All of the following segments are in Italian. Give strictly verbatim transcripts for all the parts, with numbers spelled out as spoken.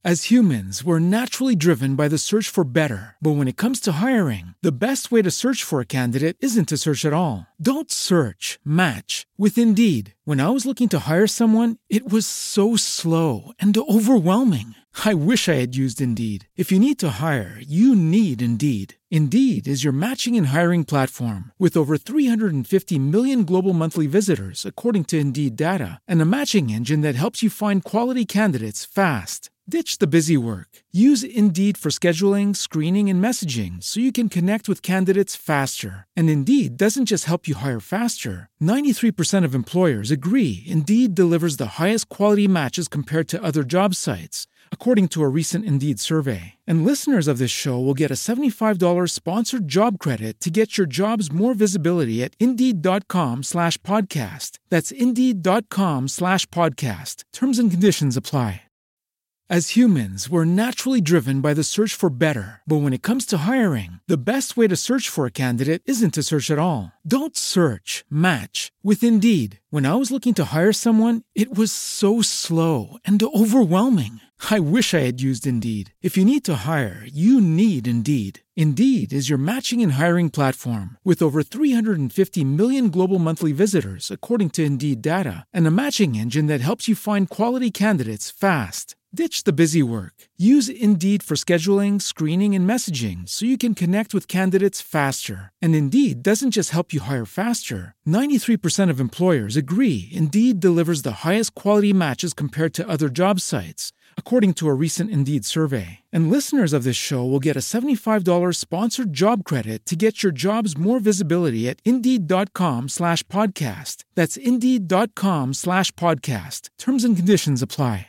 As humans, we're naturally driven by the search for better. But when it comes to hiring, the best way to search for a candidate isn't to search at all. Don't search, match with Indeed. When I was looking to hire someone, it was so slow and overwhelming. I wish I had used Indeed. If you need to hire, you need Indeed. Indeed is your matching and hiring platform with over three hundred fifty million global monthly visitors, according to Indeed data, and a matching engine that helps you find quality candidates fast. Ditch the busy work. Use Indeed for scheduling, screening, and messaging so you can connect with candidates faster. And Indeed doesn't just help you hire faster. ninety-three percent of employers agree Indeed delivers the highest quality matches compared to other job sites, according to a recent Indeed survey. And listeners of this show will get a seventy-five dollars sponsored job credit to get your jobs more visibility at Indeed.com slash podcast. That's Indeed.com slash podcast. Terms and conditions apply. As humans, we're naturally driven by the search for better. But when it comes to hiring, the best way to search for a candidate isn't to search at all. Don't search, match with Indeed. When I was looking to hire someone, it was so slow and overwhelming. I wish I had used Indeed. If you need to hire, you need Indeed. Indeed is your matching and hiring platform with over three hundred fifty million global monthly visitors, according to Indeed data, and a matching engine that helps you find quality candidates fast. Ditch the busy work. Use Indeed for scheduling, screening, and messaging so you can connect with candidates faster. And Indeed doesn't just help you hire faster. ninety-three percent of employers agree Indeed delivers the highest quality matches compared to other job sites, according to a recent Indeed survey. And listeners of this show will get a seventy-five dollars sponsored job credit to get your jobs more visibility at Indeed.com slash podcast. That's Indeed.com slash podcast. Terms and conditions apply.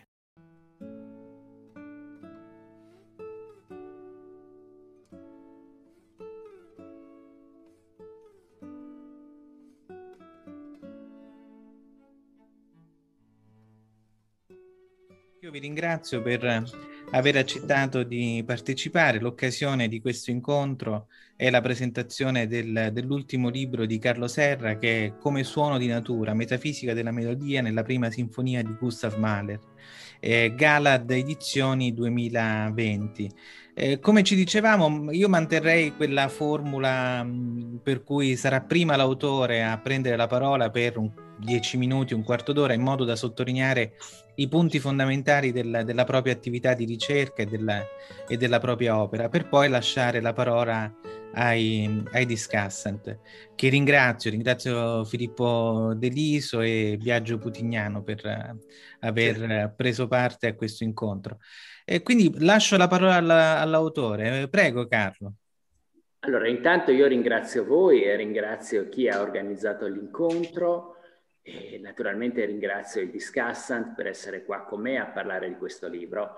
Io vi ringrazio per aver accettato di partecipare. L'occasione di questo incontro è la presentazione del, dell'ultimo libro di Carlo Serra, che è Come suono di natura, metafisica della melodia nella prima sinfonia di Gustav Mahler, eh, Galad Edizioni duemilaventi. Eh, come ci dicevamo, io manterrei quella formula mh, per cui sarà prima l'autore a prendere la parola per un dieci minuti, un quarto d'ora, in modo da sottolineare i punti fondamentali del, della propria attività di ricerca e della, e della propria opera, per poi lasciare la parola ai, ai discussant, che ringrazio, ringrazio Filippo Deliso e Biagio Putignano per uh, aver sì. preso parte a questo incontro. E quindi lascio la parola alla, all'autore. Prego, Carlo. Allora, intanto io ringrazio voi e ringrazio chi ha organizzato l'incontro e naturalmente ringrazio il discussant per essere qua con me a parlare di questo libro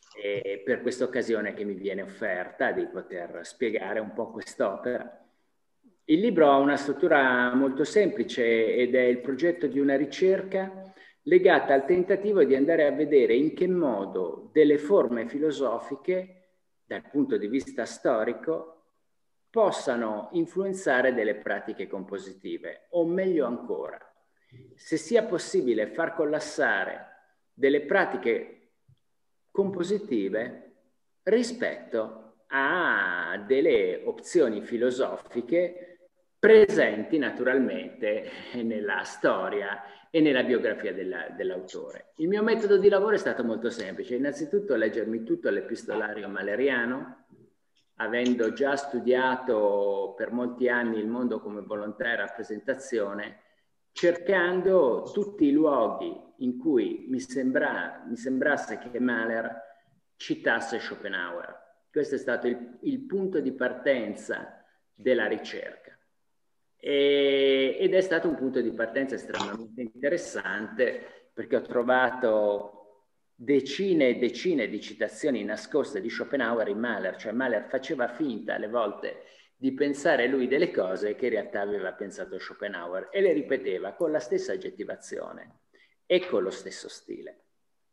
e per questa occasione che mi viene offerta di poter spiegare un po' quest'opera. Il libro ha una struttura molto semplice ed è il progetto di una ricerca legata al tentativo di andare a vedere in che modo delle forme filosofiche, dal punto di vista storico, possano influenzare delle pratiche compositive, o meglio ancora, se sia possibile far collassare delle pratiche compositive rispetto a delle opzioni filosofiche presenti naturalmente nella storia e nella biografia della, dell'autore. Il mio metodo di lavoro è stato molto semplice. Innanzitutto leggermi tutto l'epistolario maleriano, avendo già studiato per molti anni il mondo come volontà e rappresentazione, cercando tutti i luoghi in cui mi, sembra, mi sembrasse che Mahler citasse Schopenhauer. Questo è stato il, il punto di partenza della ricerca. E, ed è stato un punto di partenza estremamente interessante, perché ho trovato decine e decine di citazioni nascoste di Schopenhauer in Mahler, cioè Mahler faceva finta alle volte di pensare lui delle cose che in realtà aveva pensato Schopenhauer e le ripeteva con la stessa aggettivazione e con lo stesso stile.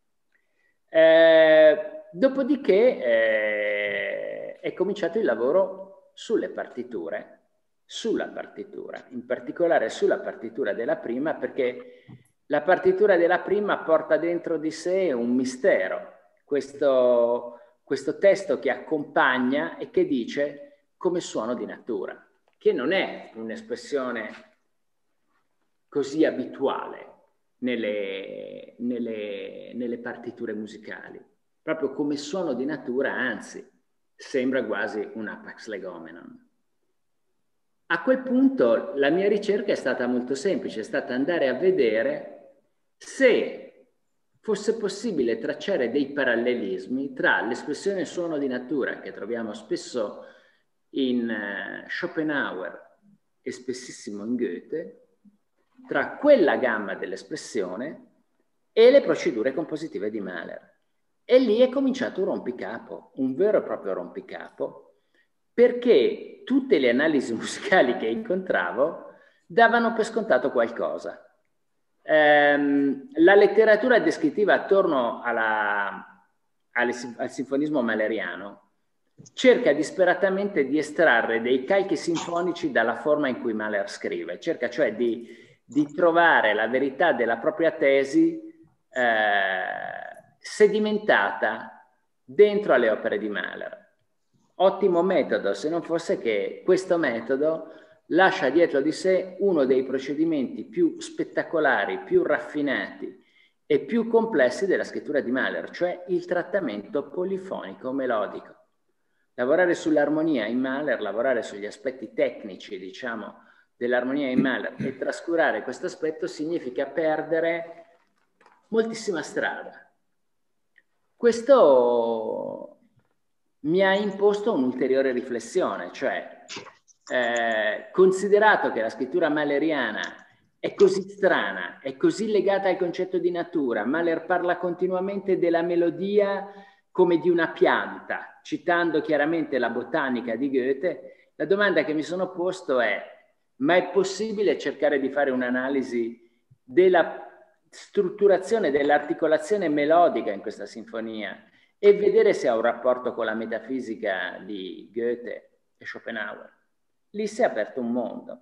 Eh, dopodiché eh, è cominciato il lavoro sulle partiture, sulla partitura, in particolare sulla partitura della prima, perché la partitura della prima porta dentro di sé un mistero. questo, questo testo che accompagna e che dice come suono di natura, che non è un'espressione così abituale nelle, nelle, nelle partiture musicali. Proprio come suono di natura, anzi, sembra quasi un apex legomenon. A quel punto la mia ricerca è stata molto semplice, è stata andare a vedere se fosse possibile tracciare dei parallelismi tra l'espressione suono di natura, che troviamo spesso in uh, Schopenhauer e spessissimo in Goethe, tra quella gamma dell'espressione e le procedure compositive di Mahler. E lì è cominciato un rompicapo, un vero e proprio rompicapo, perché tutte le analisi musicali che incontravo davano per scontato qualcosa. Ehm, la letteratura descrittiva attorno alla, alle, al sinfonismo mahleriano cerca disperatamente di estrarre dei calchi sinfonici dalla forma in cui Mahler scrive, cerca cioè di, di trovare la verità della propria tesi eh, sedimentata dentro alle opere di Mahler. Ottimo metodo, se non fosse che questo metodo lascia dietro di sé uno dei procedimenti più spettacolari, più raffinati e più complessi della scrittura di Mahler, cioè il trattamento polifonico melodico. Lavorare sull'armonia in Mahler, lavorare sugli aspetti tecnici, diciamo, dell'armonia in Mahler e trascurare questo aspetto significa perdere moltissima strada. Questo mi ha imposto un'ulteriore riflessione, cioè eh, considerato che la scrittura mahleriana è così strana, è così legata al concetto di natura, Mahler parla continuamente della melodia come di una pianta, citando chiaramente la botanica di Goethe, la domanda che mi sono posto è: ma è possibile cercare di fare un'analisi della strutturazione, dell'articolazione melodica in questa sinfonia e vedere se ha un rapporto con la metafisica di Goethe e Schopenhauer? Lì si è aperto un mondo.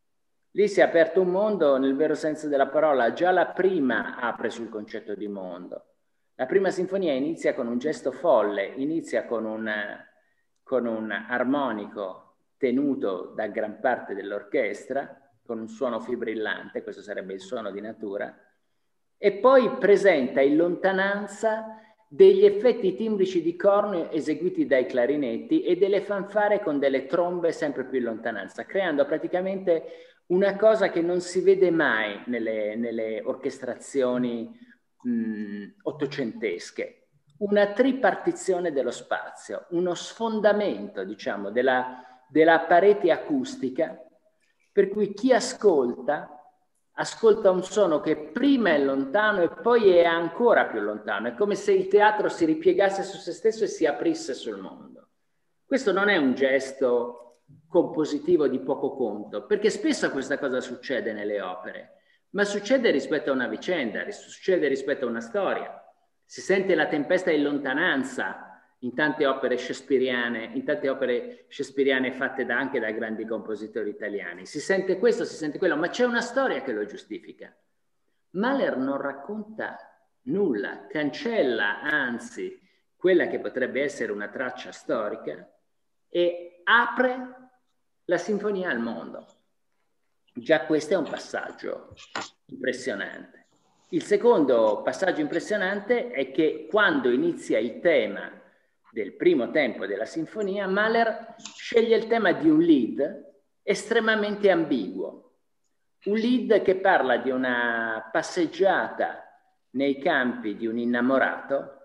Lì si è aperto un mondo nel vero senso della parola. Già la prima apre sul concetto di mondo. La prima sinfonia inizia con un gesto folle, inizia con un, con un armonico tenuto da gran parte dell'orchestra, con un suono fibrillante, questo sarebbe il suono di natura, e poi presenta in lontananza degli effetti timbrici di corno eseguiti dai clarinetti e delle fanfare con delle trombe sempre più in lontananza, creando praticamente una cosa che non si vede mai nelle, nelle orchestrazioni mh, ottocentesche, una tripartizione dello spazio, uno sfondamento, diciamo, della, della parete acustica, per cui chi ascolta ascolta un suono che prima è lontano e poi è ancora più lontano. È come se il teatro si ripiegasse su se stesso e si aprisse sul mondo. Questo non è un gesto compositivo di poco conto, perché spesso questa cosa succede nelle opere, ma succede rispetto a una vicenda, succede rispetto a una storia. Si sente la tempesta in lontananza in tante opere shakespeariane, in tante opere shakespeariane fatte da, anche da grandi compositori italiani. Si sente questo, si sente quello, ma c'è una storia che lo giustifica. Mahler non racconta nulla, cancella anzi quella che potrebbe essere una traccia storica e apre la sinfonia al mondo. Già questo è un passaggio impressionante. Il secondo passaggio impressionante è che quando inizia il tema del primo tempo della sinfonia, Mahler sceglie il tema di un lead estremamente ambiguo. Un lead che parla di una passeggiata nei campi di un innamorato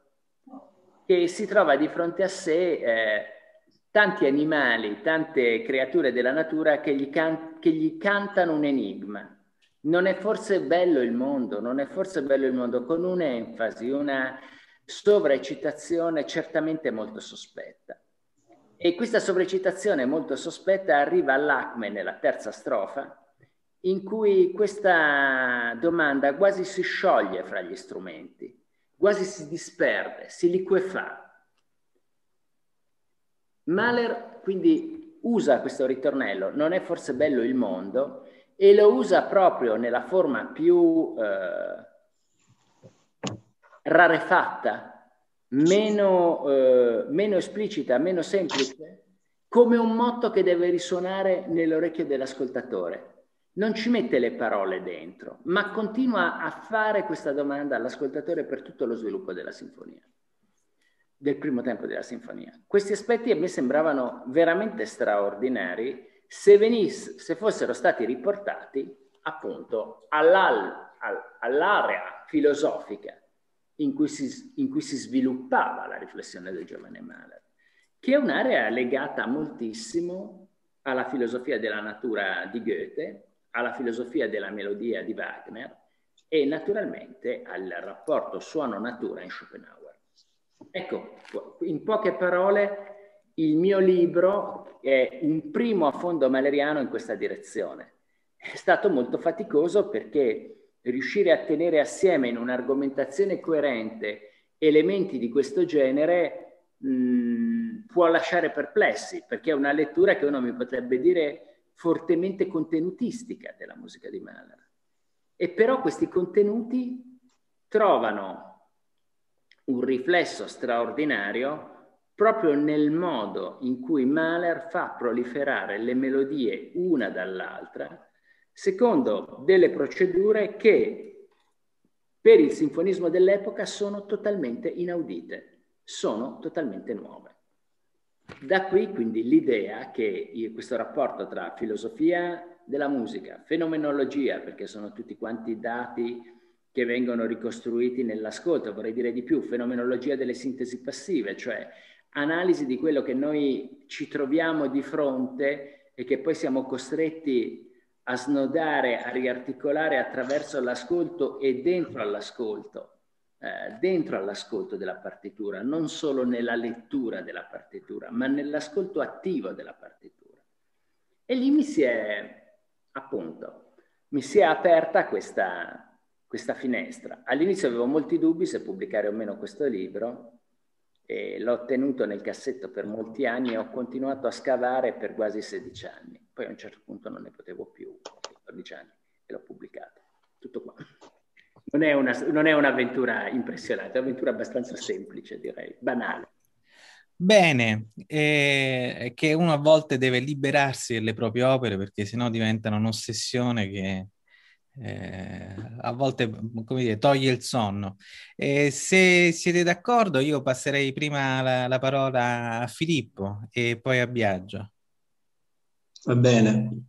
che si trova di fronte a sé eh, tanti animali, tante creature della natura che gli, can- che gli cantano un enigma. Non è forse bello il mondo? Non è forse bello il mondo? Con un'enfasi, una sovraeccitazione certamente molto sospetta. E questa sovraeccitazione molto sospetta arriva all'acme nella terza strofa, in cui questa domanda quasi si scioglie fra gli strumenti, quasi si disperde, si liquefà. Mahler quindi usa questo ritornello, non è forse bello il mondo, e lo usa proprio nella forma più eh, rarefatta meno, eh, meno esplicita, meno semplice, come un motto che deve risuonare nell'orecchio dell'ascoltatore. Non ci mette le parole dentro, ma continua a fare questa domanda all'ascoltatore per tutto lo sviluppo della sinfonia, del primo tempo della sinfonia. Questi aspetti a me sembravano veramente straordinari se, venisse, se fossero stati riportati appunto all'al, all, all'area filosofica in cui, si, in cui si sviluppava la riflessione del giovane Mahler, che è un'area legata moltissimo alla filosofia della natura di Goethe, alla filosofia della melodia di Wagner e naturalmente al rapporto suono-natura in Schopenhauer. Ecco, in poche parole, il mio libro è un primo affondo mahleriano in questa direzione. È stato molto faticoso perché riuscire a tenere assieme in un'argomentazione coerente elementi di questo genere mh, può lasciare perplessi, perché è una lettura che uno mi potrebbe dire fortemente contenutistica della musica di Mahler. E però questi contenuti trovano un riflesso straordinario proprio nel modo in cui Mahler fa proliferare le melodie una dall'altra, secondo delle procedure che per il sinfonismo dell'epoca sono totalmente inaudite, sono totalmente nuove. Da qui quindi l'idea che questo rapporto tra filosofia della musica, fenomenologia, perché sono tutti quanti dati che vengono ricostruiti nell'ascolto, vorrei dire di più, fenomenologia delle sintesi passive, cioè analisi di quello che noi ci troviamo di fronte e che poi siamo costretti a snodare, a riarticolare attraverso l'ascolto e dentro all'ascolto. Eh, dentro all'ascolto della partitura, non solo nella lettura della partitura, ma nell'ascolto attivo della partitura. E lì mi si è, appunto, mi si è aperta questa, questa finestra. All'inizio avevo molti dubbi se pubblicare o meno questo libro, e l'ho tenuto nel cassetto per molti anni e ho continuato a scavare per quasi sedici anni. Poi a un certo punto non ne potevo più, quattordici anni, e l'ho pubblicato. Tutto qua. Non è, una, non è un'avventura impressionante, è un'avventura abbastanza semplice, direi, banale. Bene, eh, che uno a volte deve liberarsi delle proprie opere perché sennò diventano un'ossessione che eh, a volte, come dire, toglie il sonno. Eh, se siete d'accordo, io passerei prima la, la parola a Filippo e poi a Biagio. Va bene.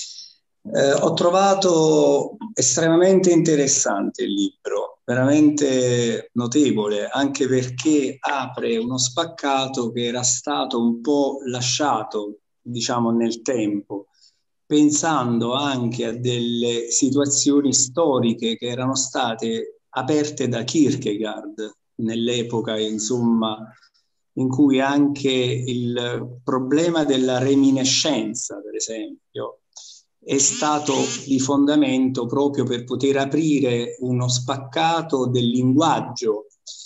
Eh, ho trovato estremamente interessante il libro, veramente notevole, anche perché apre uno spaccato che era stato un po' lasciato, diciamo, nel tempo, pensando anche a delle situazioni storiche che erano state aperte da Kierkegaard nell'epoca, insomma, in cui anche il problema della reminiscenza, per esempio, è stato di fondamento proprio per poter aprire uno spaccato del linguaggio.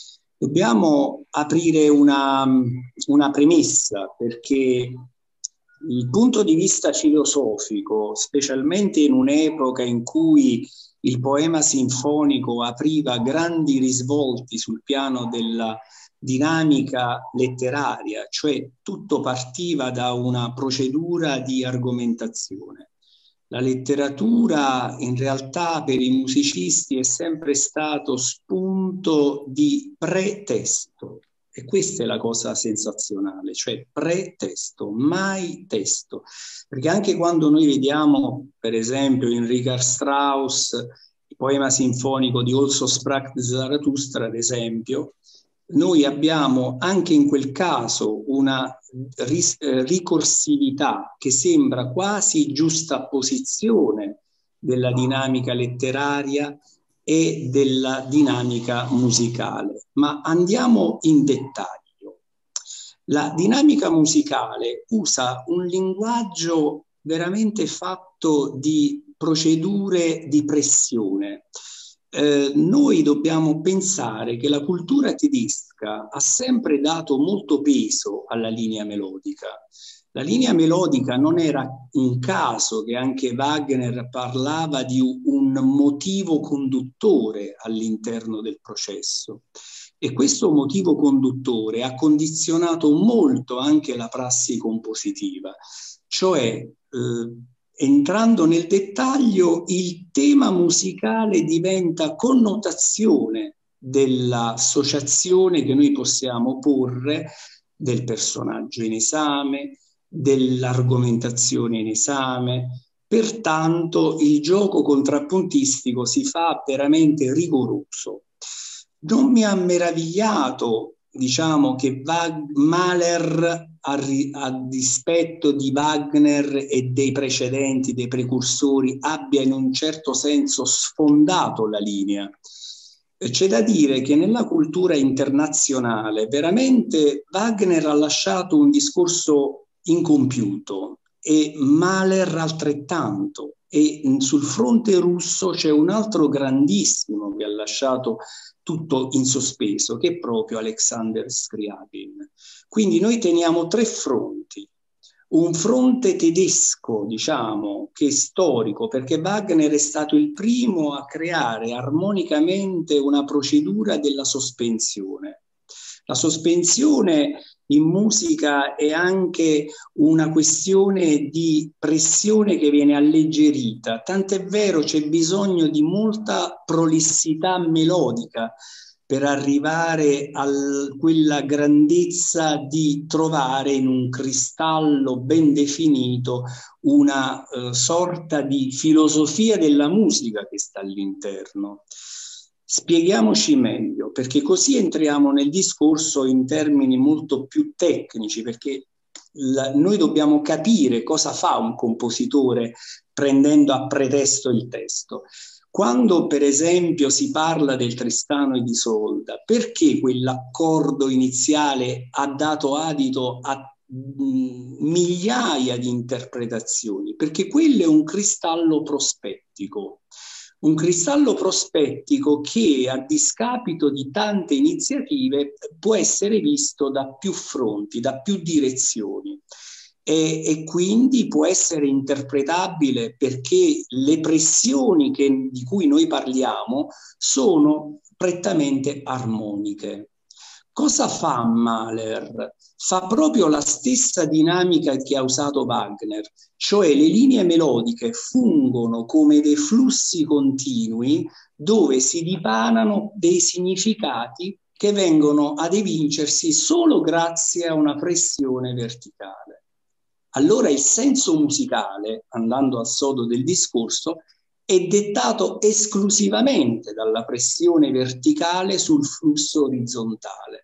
Dobbiamo aprire una, una premessa, perché il punto di vista filosofico, specialmente in un'epoca in cui il poema sinfonico apriva grandi risvolti sul piano della dinamica letteraria, cioè tutto partiva da una procedura di argomentazione. La letteratura in realtà per i musicisti è sempre stato spunto di pretesto, e questa è la cosa sensazionale, cioè pretesto, mai testo, perché anche quando noi vediamo per esempio in Richard Strauss il poema sinfonico di Also sprach Zarathustra, ad esempio, noi abbiamo anche in quel caso una ris- ricorsività che sembra quasi giustapposizione della dinamica letteraria e della dinamica musicale. Ma andiamo in dettaglio. La dinamica musicale usa un linguaggio veramente fatto di procedure di pressione. Eh, noi dobbiamo pensare che la cultura tedesca musica ha sempre dato molto peso alla linea melodica. La linea melodica non era un caso che anche Wagner parlava di un motivo conduttore all'interno del processo. E questo motivo conduttore ha condizionato molto anche la prassi compositiva, cioè eh, entrando nel dettaglio, il tema musicale diventa connotazione dell'associazione che noi possiamo porre del personaggio in esame, dell'argomentazione in esame. Pertanto il gioco contrappuntistico si fa veramente rigoroso. Non mi ha meravigliato, diciamo, che Mahler, a, a dispetto di Wagner e dei precedenti, dei precursori, abbia in un certo senso sfondato la linea. C'è da dire che nella cultura internazionale veramente Wagner ha lasciato un discorso incompiuto e Mahler altrettanto. E sul fronte russo c'è un altro grandissimo che ha lasciato tutto in sospeso, che è proprio Alexander Scriabin. Quindi noi teniamo tre fronti. Un fronte tedesco, diciamo, che è storico, perché Wagner è stato il primo a creare armonicamente una procedura della sospensione. La sospensione in musica è anche una questione di pressione che viene alleggerita, tant'è vero c'è bisogno di molta prolissità melodica per arrivare a quella grandezza di trovare in un cristallo ben definito una eh, sorta di filosofia della musica che sta all'interno. Spieghiamoci meglio, perché così entriamo nel discorso in termini molto più tecnici, perché la, noi dobbiamo capire cosa fa un compositore prendendo a pretesto il testo. Quando per esempio si parla del Tristano ed Isolda, perché quell'accordo iniziale ha dato adito a mh, migliaia di interpretazioni? Perché quello è un cristallo prospettico. Un cristallo prospettico che, a discapito di tante iniziative, può essere visto da più fronti, da più direzioni e, e quindi può essere interpretabile perché le pressioni che, di cui noi parliamo sono prettamente armoniche. Cosa fa Mahler? Fa proprio la stessa dinamica che ha usato Wagner, cioè le linee melodiche fungono come dei flussi continui dove si dipanano dei significati che vengono ad evincersi solo grazie a una pressione verticale. Allora il senso musicale, andando al sodo del discorso, è dettato esclusivamente dalla pressione verticale sul flusso orizzontale.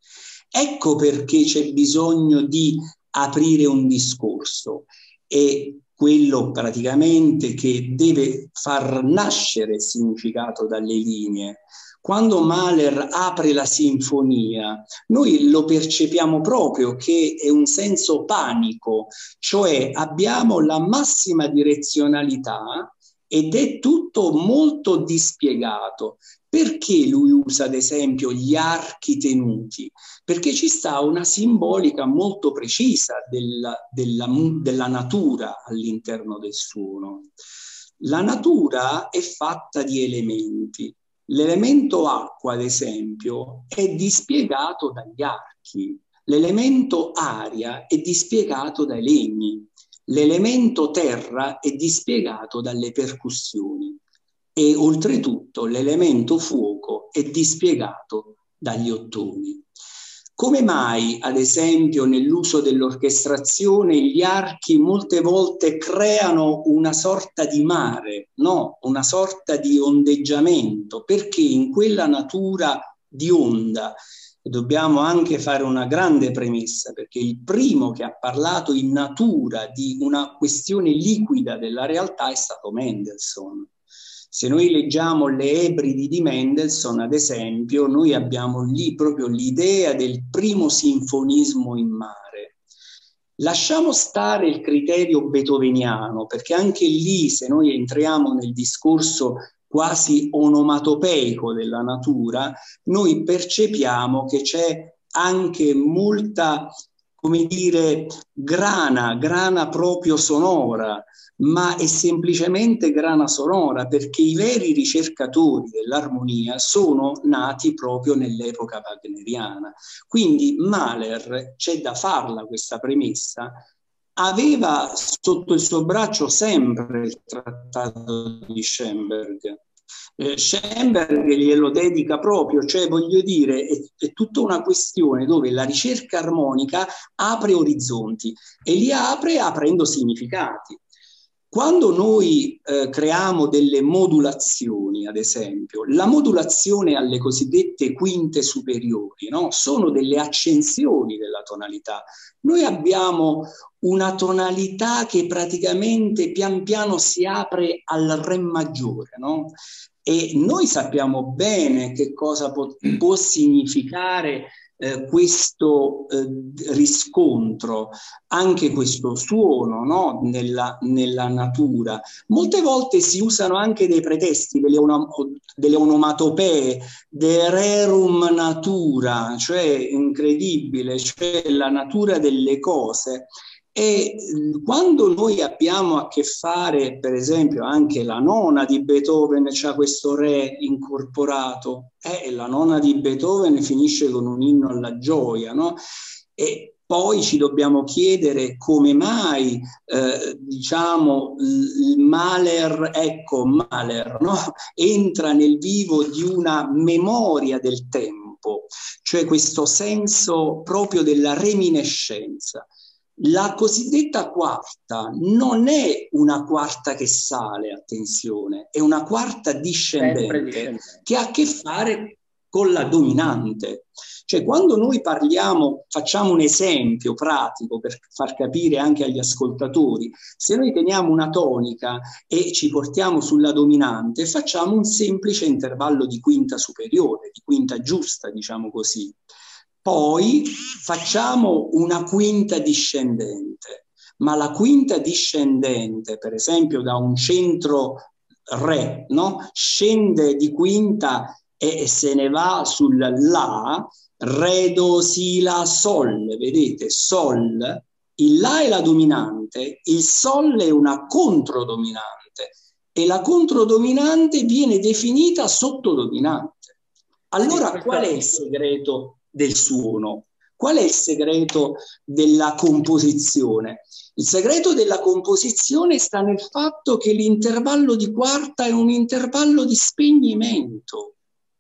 Ecco perché c'è bisogno di aprire un discorso, è quello praticamente che deve far nascere il significato dalle linee. Quando Mahler apre la sinfonia, noi lo percepiamo proprio che è un senso panico, cioè abbiamo la massima direzionalità ed è tutto molto dispiegato. Perché lui usa ad esempio gli archi tenuti? Perché ci sta una simbolica molto precisa della, della, della natura all'interno del suono. La natura è fatta di elementi. L'elemento acqua, ad esempio, è dispiegato dagli archi. L'elemento aria è dispiegato dai legni. L'elemento terra è dispiegato dalle percussioni. E oltretutto l'elemento fuoco è dispiegato dagli ottoni. Come mai, ad esempio, nell'uso dell'orchestrazione gli archi molte volte creano una sorta di mare, no? Una sorta di ondeggiamento, perché in quella natura di onda, dobbiamo anche fare una grande premessa, perché il primo che ha parlato in natura di una questione liquida della realtà è stato Mendelssohn. Se noi leggiamo le Ebridi di Mendelssohn, ad esempio, noi abbiamo lì proprio l'idea del primo sinfonismo in mare. Lasciamo stare il criterio beethoveniano, perché anche lì, se noi entriamo nel discorso quasi onomatopeico della natura, noi percepiamo che c'è anche molta, come dire, grana, grana proprio sonora, ma è semplicemente grana sonora perché i veri ricercatori dell'armonia sono nati proprio nell'epoca wagneriana. Quindi Mahler, c'è da farla questa premessa, aveva sotto il suo braccio sempre il trattato di Schoenberg. Eh, Schoenberg glielo dedica proprio, cioè voglio dire, è, è tutta una questione dove la ricerca armonica apre orizzonti e li apre aprendo significati. Quando noi eh, creiamo delle modulazioni, ad esempio, la modulazione alle cosiddette quinte superiori, no? Sono delle accensioni della tonalità. Noi abbiamo una tonalità che praticamente pian piano si apre al re maggiore, no? E noi sappiamo bene che cosa può, può significare eh, questo eh, riscontro, anche questo suono, no? nella, nella natura. Molte volte si usano anche dei pretesti, delle, on delle onomatopee, de rerum natura, cioè incredibile, cioè la natura delle cose. E quando noi abbiamo a che fare, per esempio, anche la nona di Beethoven c'ha questo re incorporato, e la nona di Beethoven finisce con un inno alla gioia, no? E poi ci dobbiamo chiedere come mai, eh, diciamo, il Mahler, ecco, Mahler, no? Entra nel vivo di una memoria del tempo, cioè questo senso proprio della reminiscenza. La cosiddetta quarta non è una quarta che sale, attenzione, è una quarta discendente, discendente che ha a che fare con la dominante. Cioè quando noi parliamo, facciamo un esempio pratico per far capire anche agli ascoltatori, se noi teniamo una tonica e ci portiamo sulla dominante, facciamo un semplice intervallo di quinta superiore, di quinta giusta, diciamo così. Poi facciamo una quinta discendente, ma la quinta discendente, per esempio da un centro re, no? Scende di quinta e se ne va sul la, re, do, si, la, sol, vedete, sol, il la è la dominante, il sol è una controdominante e la controdominante viene definita sottodominante. Allora qual è il segreto del suono? Qual è il segreto della composizione? Il segreto della composizione sta nel fatto che l'intervallo di quarta è un intervallo di spegnimento,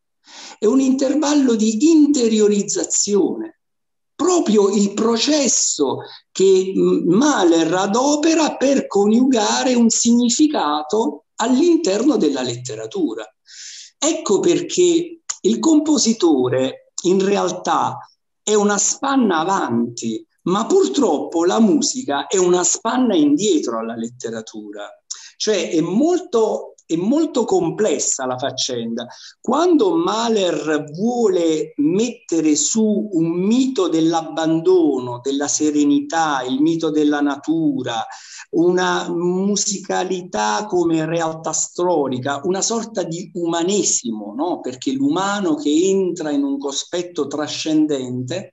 è un intervallo di interiorizzazione, proprio il processo che Mahler adopera per coniugare un significato all'interno della letteratura. Ecco perché il compositore in realtà è una spanna avanti, ma purtroppo la musica è una spanna indietro alla letteratura. Cioè è molto, è molto complessa la faccenda. Quando Mahler vuole mettere su un mito dell'abbandono, della serenità, il mito della natura, una musicalità come realtà storica, una sorta di umanesimo, no? Perché l'umano che entra in un cospetto trascendente,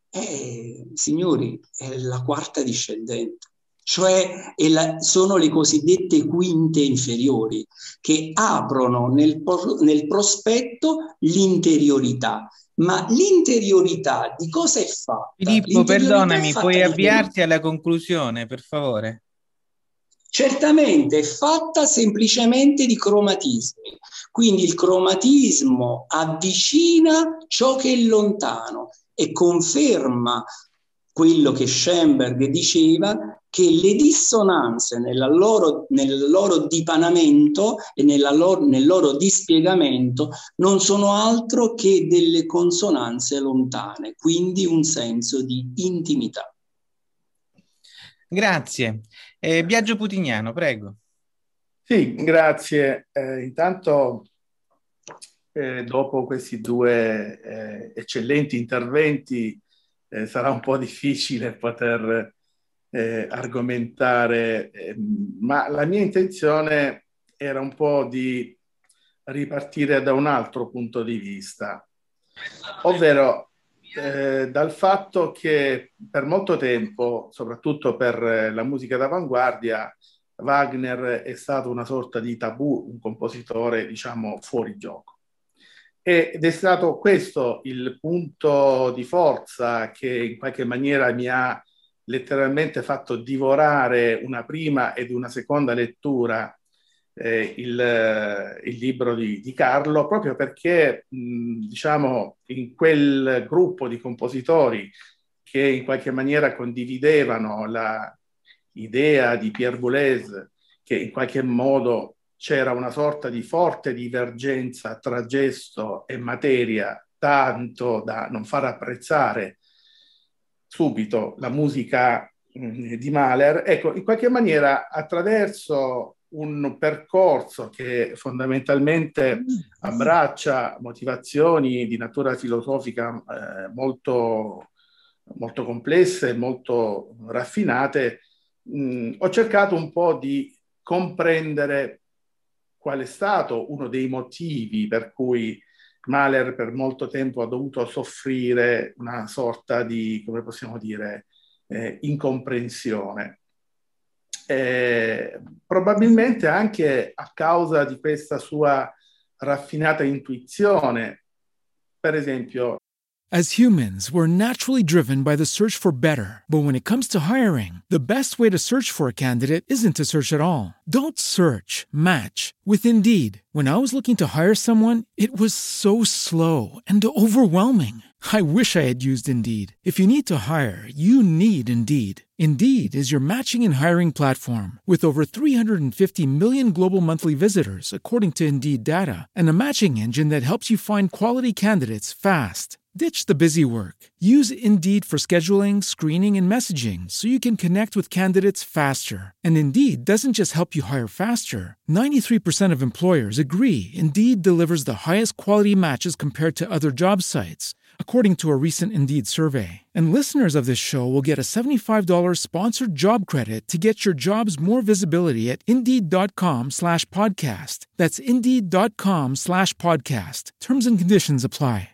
è, signori, è la quarta discendente. Cioè è la, sono le cosiddette quinte inferiori che aprono nel, nel prospetto l'interiorità. Ma l'interiorità di cosa è fatta? Filippo, perdonami, puoi avviarti di... alla conclusione, per favore? Certamente, è fatta semplicemente di cromatismi. Quindi il cromatismo avvicina ciò che è lontano e conferma quello che Schoenberg diceva, che le dissonanze nella loro, nel loro dipanamento e nella loro, nel loro dispiegamento non sono altro che delle consonanze lontane, quindi un senso di intimità. Grazie. Eh, Biagio Putignano, prego. Sì, grazie. Eh, intanto, eh, dopo questi due eh, eccellenti interventi, eh, sarà un po' difficile poter eh, argomentare, eh, ma la mia intenzione era un po' di ripartire da un altro punto di vista, ovvero eh, dal fatto che per molto tempo, soprattutto per la musica d'avanguardia, Wagner è stato una sorta di tabù, un compositore, diciamo, fuori gioco. Ed è stato questo il punto di forza che in qualche maniera mi ha letteralmente fatto divorare una prima ed una seconda lettura eh, il, il libro di, di Carlo, proprio perché mh, diciamo in quel gruppo di compositori che in qualche maniera condividevano la idea di Pierre Boulez, che in qualche modo c'era una sorta di forte divergenza tra gesto e materia, tanto da non far apprezzare subito la musica mh, di Mahler. Ecco, in qualche maniera attraverso un percorso che fondamentalmente abbraccia motivazioni di natura filosofica eh, molto, molto complesse, molto raffinate, mh, ho cercato un po' di comprendere qual è stato uno dei motivi per cui Mahler per molto tempo ha dovuto soffrire una sorta di, come possiamo dire, eh, incomprensione. Eh, probabilmente anche a causa di questa sua raffinata intuizione. Per esempio, As humans, we're naturally driven by the search for better. But when it comes to hiring, the best way to search for a candidate isn't to search at all. Don't search, match with Indeed. When I was looking to hire someone, it was so slow and overwhelming. I wish I had used Indeed. If you need to hire, you need Indeed. Indeed is your matching and hiring platform with over three hundred fifty million global monthly visitors, according to Indeed data, and a matching engine that helps you find quality candidates fast. Ditch the busy work. Use Indeed for scheduling, screening, and messaging so you can connect with candidates faster. And Indeed doesn't just help you hire faster. ninety-three percent of employers agree Indeed delivers the highest quality matches compared to other job sites, according to a recent Indeed survey. And listeners of this show will get a seventy-five dollars sponsored job credit to get your jobs more visibility at Indeed.com slash podcast. That's Indeed.com slash podcast. Terms and conditions apply.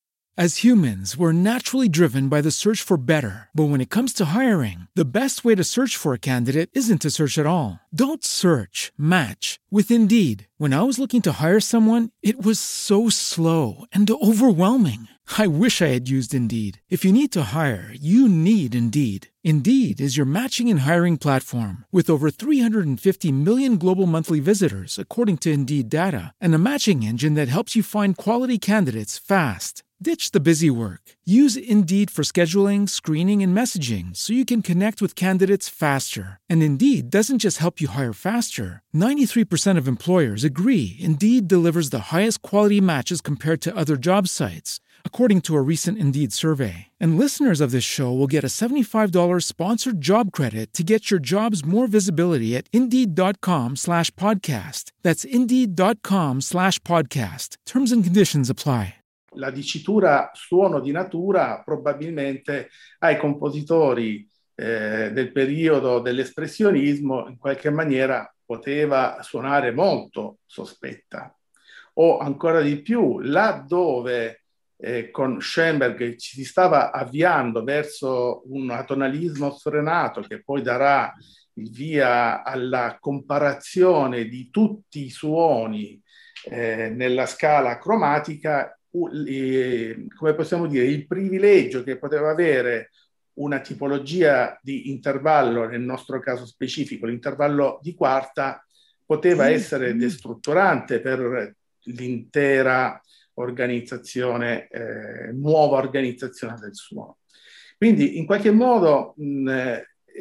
As humans, we're naturally driven by the search for better. But when it comes to hiring, the best way to search for a candidate isn't to search at all. Don't search, match with Indeed. When I was looking to hire someone, it was so slow and overwhelming. I wish I had used Indeed. If you need to hire, you need Indeed. Indeed is your matching and hiring platform with over three hundred fifty million global monthly visitors, according to Indeed data, and a matching engine that helps you find quality candidates fast. Ditch the busy work. Use Indeed for scheduling, screening, and messaging so you can connect with candidates faster. And Indeed doesn't just help you hire faster. ninety-three percent of employers agree Indeed delivers the highest quality matches compared to other job sites, according to a recent Indeed survey. And listeners of this show will get a seventy-five dollars sponsored job credit to get your jobs more visibility at Indeed.com slash podcast. That's Indeed.com slash podcast. Terms and conditions apply. La dicitura suono di natura probabilmente ai compositori eh, del periodo dell'espressionismo in qualche maniera poteva suonare molto sospetta. O ancora di più, laddove eh, con Schoenberg ci si stava avviando verso un atonalismo sfrenato che poi darà il via alla comparazione di tutti i suoni eh, nella scala cromatica, come possiamo dire, il privilegio che poteva avere una tipologia di intervallo, nel nostro caso specifico l'intervallo di quarta, poteva essere destrutturante per l'intera organizzazione, eh, nuova organizzazione del suono. Quindi in qualche modo mh,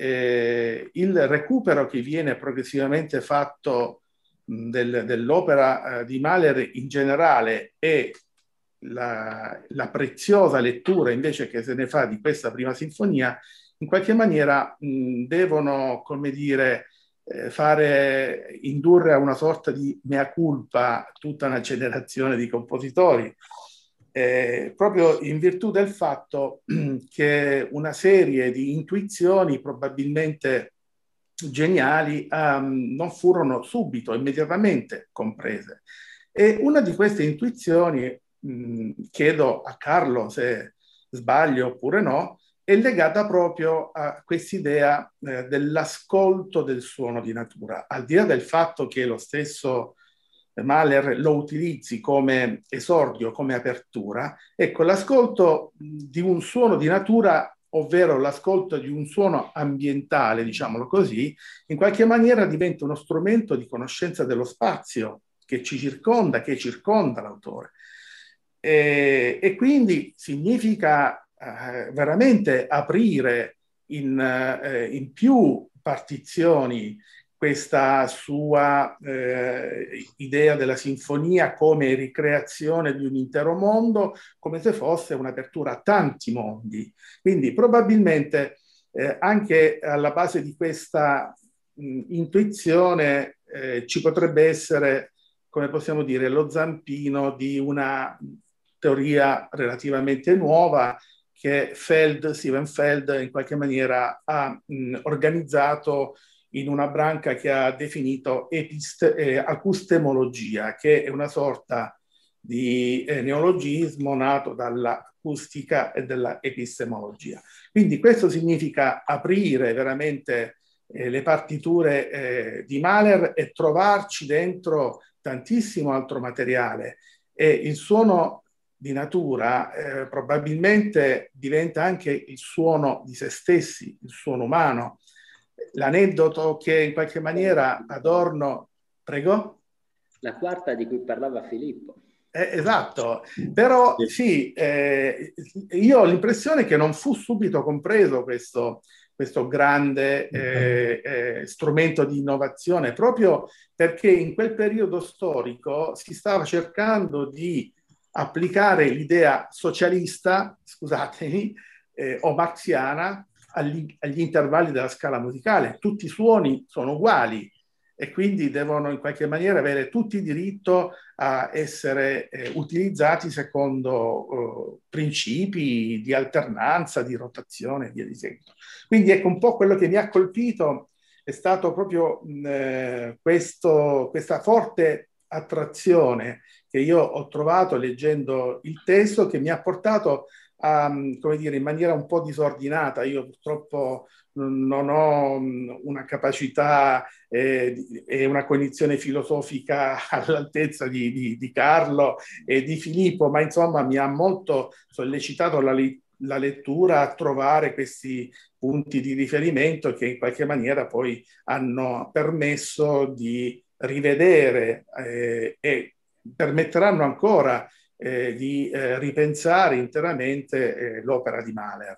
eh, il recupero che viene progressivamente fatto mh, del, dell'opera eh, di Mahler in generale e La, la preziosa lettura invece che se ne fa di questa prima sinfonia in qualche maniera mh, devono, come dire, eh, fare indurre a una sorta di mea culpa tutta una generazione di compositori, eh, proprio in virtù del fatto che una serie di intuizioni probabilmente geniali um, non furono subito, immediatamente comprese. E una di queste intuizioni, mh, chiedo a Carlo se sbaglio oppure no, è legata proprio a quest'idea eh, dell'ascolto del suono di natura, al di là del fatto che lo stesso Mahler lo utilizzi come esordio, come apertura. Ecco, l'ascolto di un suono di natura, ovvero l'ascolto di un suono ambientale, diciamolo così, in qualche maniera diventa uno strumento di conoscenza dello spazio che ci circonda, che circonda l'autore. E, e quindi significa eh, veramente aprire in, eh, in più partizioni questa sua eh, idea della sinfonia come ricreazione di un intero mondo, come se fosse un'apertura a tanti mondi. Quindi probabilmente eh, anche alla base di questa mh, intuizione eh, ci potrebbe essere, come possiamo dire, lo zampino di una teoria relativamente nuova che Feld, Steven Feld in qualche maniera ha mh, organizzato in una branca che ha definito episte, eh, acustemologia, che è una sorta di eh, neologismo nato dall'acustica e dall'epistemologia. Quindi questo significa aprire veramente eh, le partiture eh, di Mahler e trovarci dentro tantissimo altro materiale. E il suono di natura eh, probabilmente diventa anche il suono di se stessi, il suono umano. L'aneddoto che in qualche maniera Adorno... Prego? La quarta di cui parlava Filippo. Eh, esatto, però sì, eh, io ho l'impressione che non fu subito compreso questo, questo grande eh, eh, strumento di innovazione, proprio perché in quel periodo storico si stava cercando di applicare l'idea socialista, scusatemi, eh, o marxiana, agli, agli intervalli della scala musicale. Tutti i suoni sono uguali e quindi devono in qualche maniera avere tutti diritto a essere eh, utilizzati secondo eh, principi di alternanza, di rotazione e via di seguito. Quindi ecco, un po' quello che mi ha colpito è stato proprio mh, questo, questa forte attrazione che io ho trovato leggendo il testo, che mi ha portato a, come dire, in maniera un po' disordinata. Io purtroppo non ho una capacità e eh, una cognizione filosofica all'altezza di, di, di Carlo e di Filippo, ma insomma mi ha molto sollecitato la, la lettura a trovare questi punti di riferimento che in qualche maniera poi hanno permesso di rivedere eh, e permetteranno ancora eh, di eh, ripensare interamente eh, l'opera di Mahler.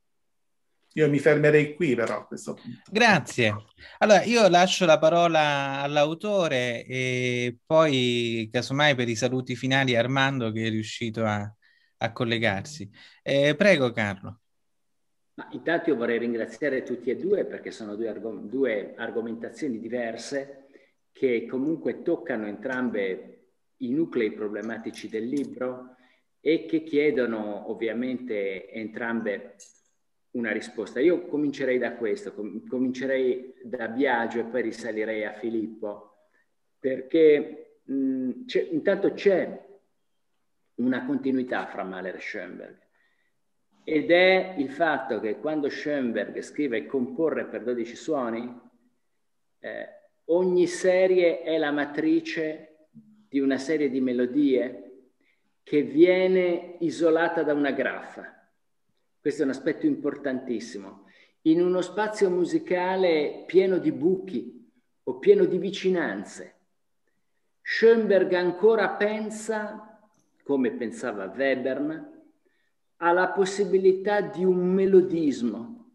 Io mi fermerei qui però a questo punto. Grazie. Allora io lascio la parola all'autore e poi casomai per i saluti finali Armando che è riuscito a, a collegarsi. Eh, prego Carlo. Ma intanto io vorrei ringraziare tutti e due perché sono due, argom- due argomentazioni diverse che comunque toccano entrambe i nuclei problematici del libro e che chiedono ovviamente entrambe una risposta. Io comincerei da questo, com- comincerei da Biagio e poi risalirei a Filippo, perché mh, c'è, intanto c'è una continuità fra Mahler e Schoenberg, ed è il fatto che quando Schoenberg scrive comporre per dodici suoni, eh, ogni serie è la matrice di una serie di melodie che viene isolata da una graffa. Questo è un aspetto importantissimo. In uno spazio musicale pieno di buchi o pieno di vicinanze, Schoenberg ancora pensa, come pensava Webern, alla possibilità di un melodismo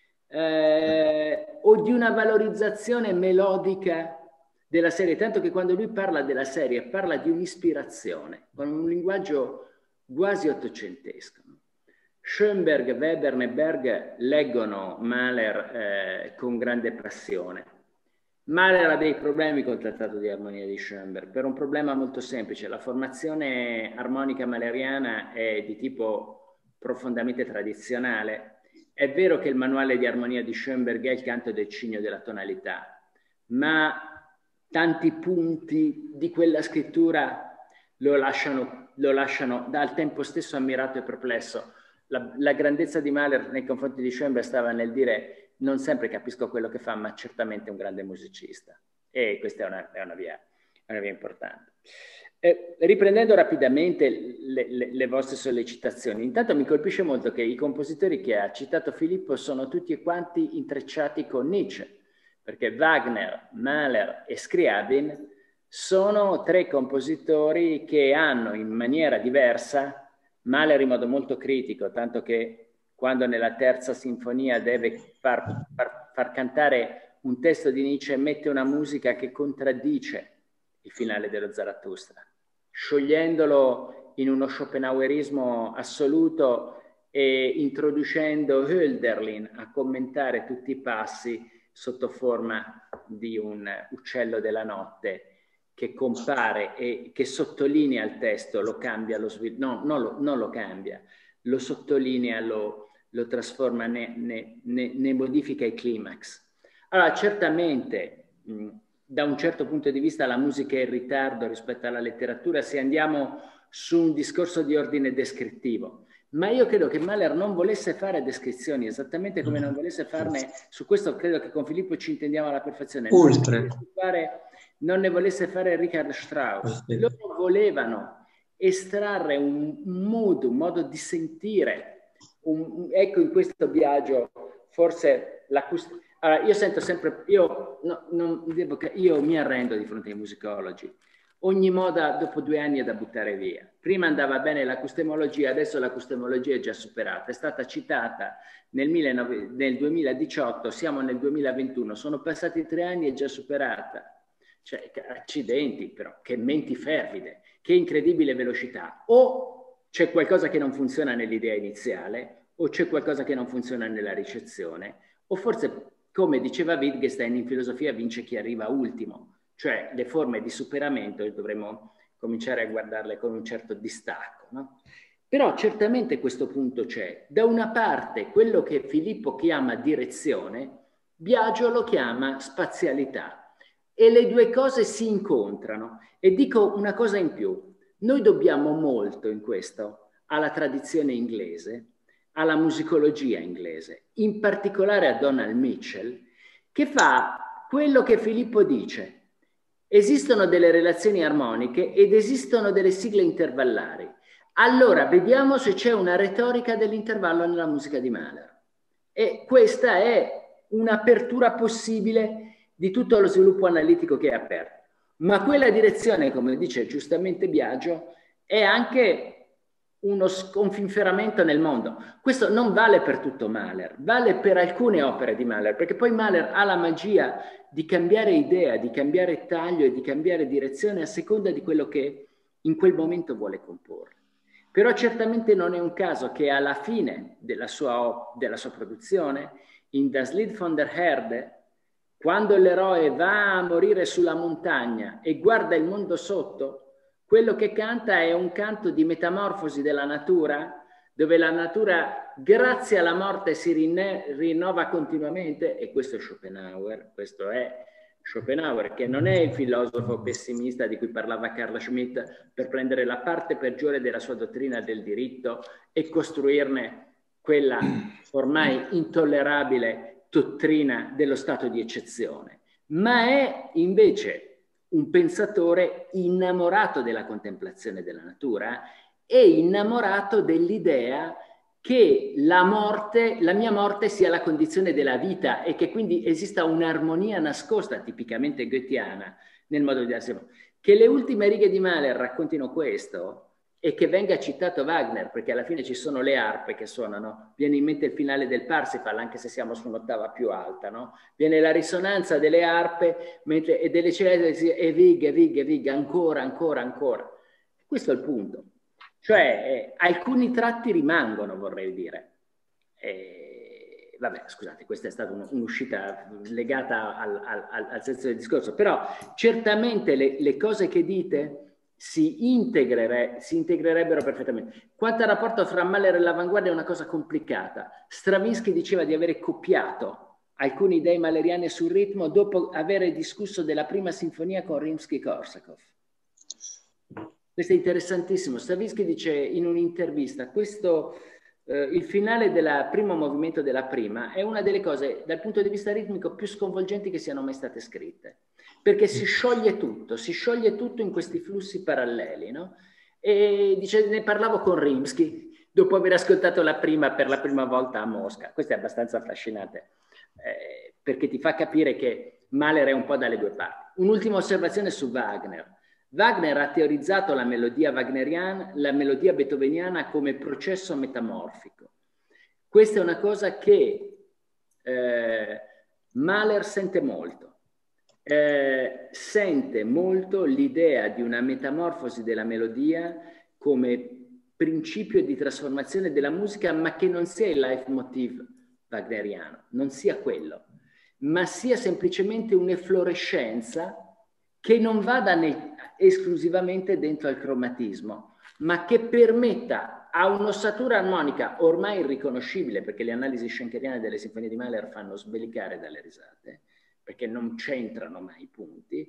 eh, o di una valorizzazione melodica della serie, tanto che quando lui parla della serie parla di un'ispirazione, con un linguaggio quasi ottocentesco. Schoenberg, Webern e Berg leggono Mahler eh, con grande passione. Mahler ha dei problemi col trattato di armonia di Schoenberg, per un problema molto semplice. La formazione armonica mahleriana è di tipo profondamente tradizionale. È vero che il manuale di armonia di Schoenberg è il canto del cigno della tonalità, ma tanti punti di quella scrittura lo lasciano, lo lasciano dal tempo stesso ammirato e perplesso. La, la grandezza di Mahler nei confronti di Schoenberg stava nel dire: non sempre capisco quello che fa, ma certamente è un grande musicista. E questa è una, è una, via, è una via importante. Eh, riprendendo rapidamente le, le, le vostre sollecitazioni, intanto mi colpisce molto che i compositori che ha citato Filippo sono tutti quanti intrecciati con Nietzsche, perché Wagner, Mahler e Scriabin sono tre compositori che hanno in maniera diversa, Mahler in modo molto critico, tanto che quando nella terza sinfonia deve far, far, far cantare un testo di Nietzsche mette una musica che contraddice il finale dello Zarathustra, sciogliendolo in uno schopenhauerismo assoluto e introducendo Hölderlin a commentare tutti i passi sotto forma di un uccello della notte che compare e che sottolinea il testo, lo cambia, lo sviluppa, no, non lo, non lo cambia, lo sottolinea, lo, lo trasforma, ne, ne, ne, ne modifica i climax. Allora, certamente, mh, da un certo punto di vista la musica è in ritardo rispetto alla letteratura se andiamo su un discorso di ordine descrittivo, ma io credo che Mahler non volesse fare descrizioni, esattamente come non volesse farne, su questo credo che con Filippo ci intendiamo alla perfezione, oltre non ne volesse fare, non ne volesse fare Richard Strauss. Loro volevano estrarre un, un mood, un modo di sentire, un, ecco, in questo viaggio forse l'acustica. Allora, io sento sempre, io, no, non devo, io mi arrendo di fronte ai musicologi. Ogni moda dopo due anni è da buttare via. Prima andava bene l'acustemologia, adesso l'acustemologia è già superata. È stata citata nel, nel duemiladiciotto, siamo nel duemilaventuno, sono passati tre anni e è già superata. Cioè, accidenti però, che menti fervide, che incredibile velocità. O c'è qualcosa che non funziona nell'idea iniziale, o c'è qualcosa che non funziona nella ricezione, o forse, come diceva Wittgenstein, in filosofia vince chi arriva ultimo. Cioè le forme di superamento dovremmo cominciare a guardarle con un certo distacco, no? Però certamente questo punto c'è. Da una parte quello che Filippo chiama direzione, Biagio lo chiama spazialità, e le due cose si incontrano. E dico una cosa in più, noi dobbiamo molto in questo alla tradizione inglese, alla musicologia inglese, in particolare a Donald Mitchell, che fa quello che Filippo dice. Esistono delle relazioni armoniche ed esistono delle sigle intervallari. Allora vediamo se c'è una retorica dell'intervallo nella musica di Mahler. E questa è un'apertura possibile di tutto lo sviluppo analitico che è aperto. Ma quella direzione, come dice giustamente Biagio, è anche uno sconfinferamento nel mondo. Questo non vale per tutto Mahler, vale per alcune opere di Mahler, perché poi Mahler ha la magia di cambiare idea, di cambiare taglio e di cambiare direzione a seconda di quello che in quel momento vuole comporre. Però certamente non è un caso che alla fine della sua, della sua produzione, in Das Lied von der Herde, quando l'eroe va a morire sulla montagna e guarda il mondo sotto, quello che canta è un canto di metamorfosi della natura, dove la natura, grazie alla morte, si rinnova continuamente, e questo è Schopenhauer, questo è Schopenhauer, che non è il filosofo pessimista di cui parlava Carl Schmitt per prendere la parte peggiore della sua dottrina del diritto e costruirne quella ormai intollerabile dottrina dello stato di eccezione, ma è invece un pensatore innamorato della contemplazione della natura e innamorato dell'idea che la morte, la mia morte sia la condizione della vita e che quindi esista un'armonia nascosta, tipicamente goetheana, nel modo di darsi. Che le ultime righe di Mahler raccontino questo e che venga citato Wagner, perché alla fine ci sono le arpe che suonano, viene in mente il finale del Parsifal, anche se siamo su un'ottava più alta, no? Viene la risonanza delle arpe mentre, e delle celeste, e vig, e vig, e vig, ancora, ancora, ancora. Questo è il punto. Cioè, eh, alcuni tratti rimangono, vorrei dire. Eh, vabbè, scusate, questa è stata un, un'uscita legata al, al, al senso del discorso, però certamente le, le cose che dite si, integrere, si integrerebbero perfettamente. Quanto al rapporto fra Mahler e l'avanguardia è una cosa complicata. Stravinsky diceva di avere copiato alcune idee maleriane sul ritmo dopo aver discusso della prima sinfonia con Rimsky-Korsakov. Questo è interessantissimo. Stravinsky dice in un'intervista, questo, eh, il finale del primo movimento della prima è una delle cose dal punto di vista ritmico più sconvolgenti che siano mai state scritte, perché si scioglie tutto, si scioglie tutto in questi flussi paralleli, no? E dice, ne parlavo con Rimsky dopo aver ascoltato la prima per la prima volta a Mosca. Questo è abbastanza affascinante, eh, perché ti fa capire che Mahler è un po' dalle due parti. Un'ultima osservazione su Wagner. Wagner ha teorizzato la melodia wagneriana, la melodia beethoveniana come processo metamorfico. Questa è una cosa che eh, Mahler sente molto. Eh, sente molto l'idea di una metamorfosi della melodia come principio di trasformazione della musica, ma che non sia il leitmotiv wagneriano, non sia quello, ma sia semplicemente un'efflorescenza che non vada ne- esclusivamente dentro al cromatismo, ma che permetta a un'ossatura armonica ormai irriconoscibile, perché le analisi schenkeriane delle sinfonie di Mahler fanno sbellicare dalle risate, perché non c'entrano mai i punti,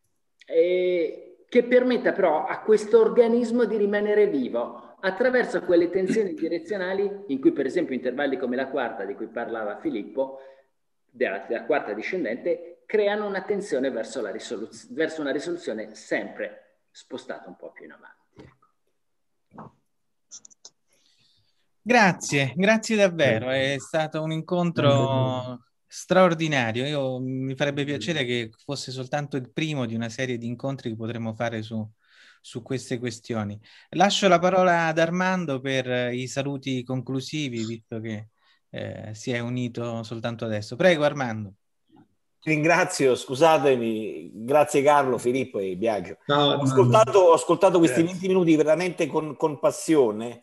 e che permetta però a questo organismo di rimanere vivo attraverso quelle tensioni direzionali in cui, per esempio, intervalli come la quarta di cui parlava Filippo, della, della quarta discendente, creano una tensione verso, la risoluz- verso una risoluzione sempre spostata un po' più in avanti. Grazie, grazie davvero, è stato un incontro straordinario. Io, mi farebbe piacere che fosse soltanto il primo di una serie di incontri che potremmo fare su, su queste questioni. Lascio la parola ad Armando per i saluti conclusivi, visto che eh, si è unito soltanto adesso. Prego, Armando. Ringrazio, scusatemi, grazie Carlo, Filippo e Biagio. Ciao, ho, ascoltato, ho ascoltato questi Grazie. venti minuti veramente con, con passione,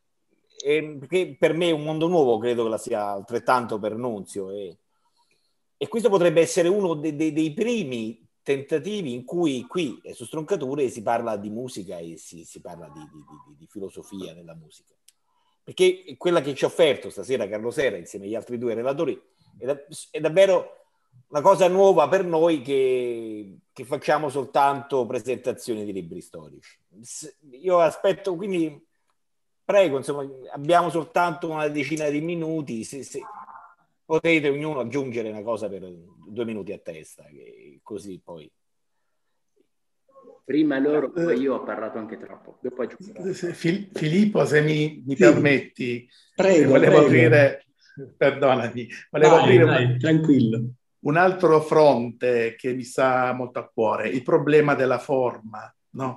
e perché per me è un mondo nuovo, credo che la sia altrettanto per Nunzio, e, e questo potrebbe essere uno dei, dei, dei primi tentativi in cui qui su Stroncature si parla di musica e si, si parla di, di, di, di filosofia nella musica, perché quella che ci ha offerto stasera Carlo Serra insieme agli altri due relatori è, da, è davvero una cosa nuova per noi che, che facciamo soltanto presentazioni di libri storici. Io aspetto, quindi prego, insomma, abbiamo soltanto una decina di minuti, se, se potete ognuno aggiungere una cosa per due minuti a testa, che così poi... Prima loro, poi io ho parlato anche troppo. Dopo Filippo, se mi, mi sì. permetti, Prego, volevo prego. aprire, perdonami, volevo Vai, aprire vai, una, tranquillo. un altro fronte che mi sta molto a cuore, il problema della forma, no?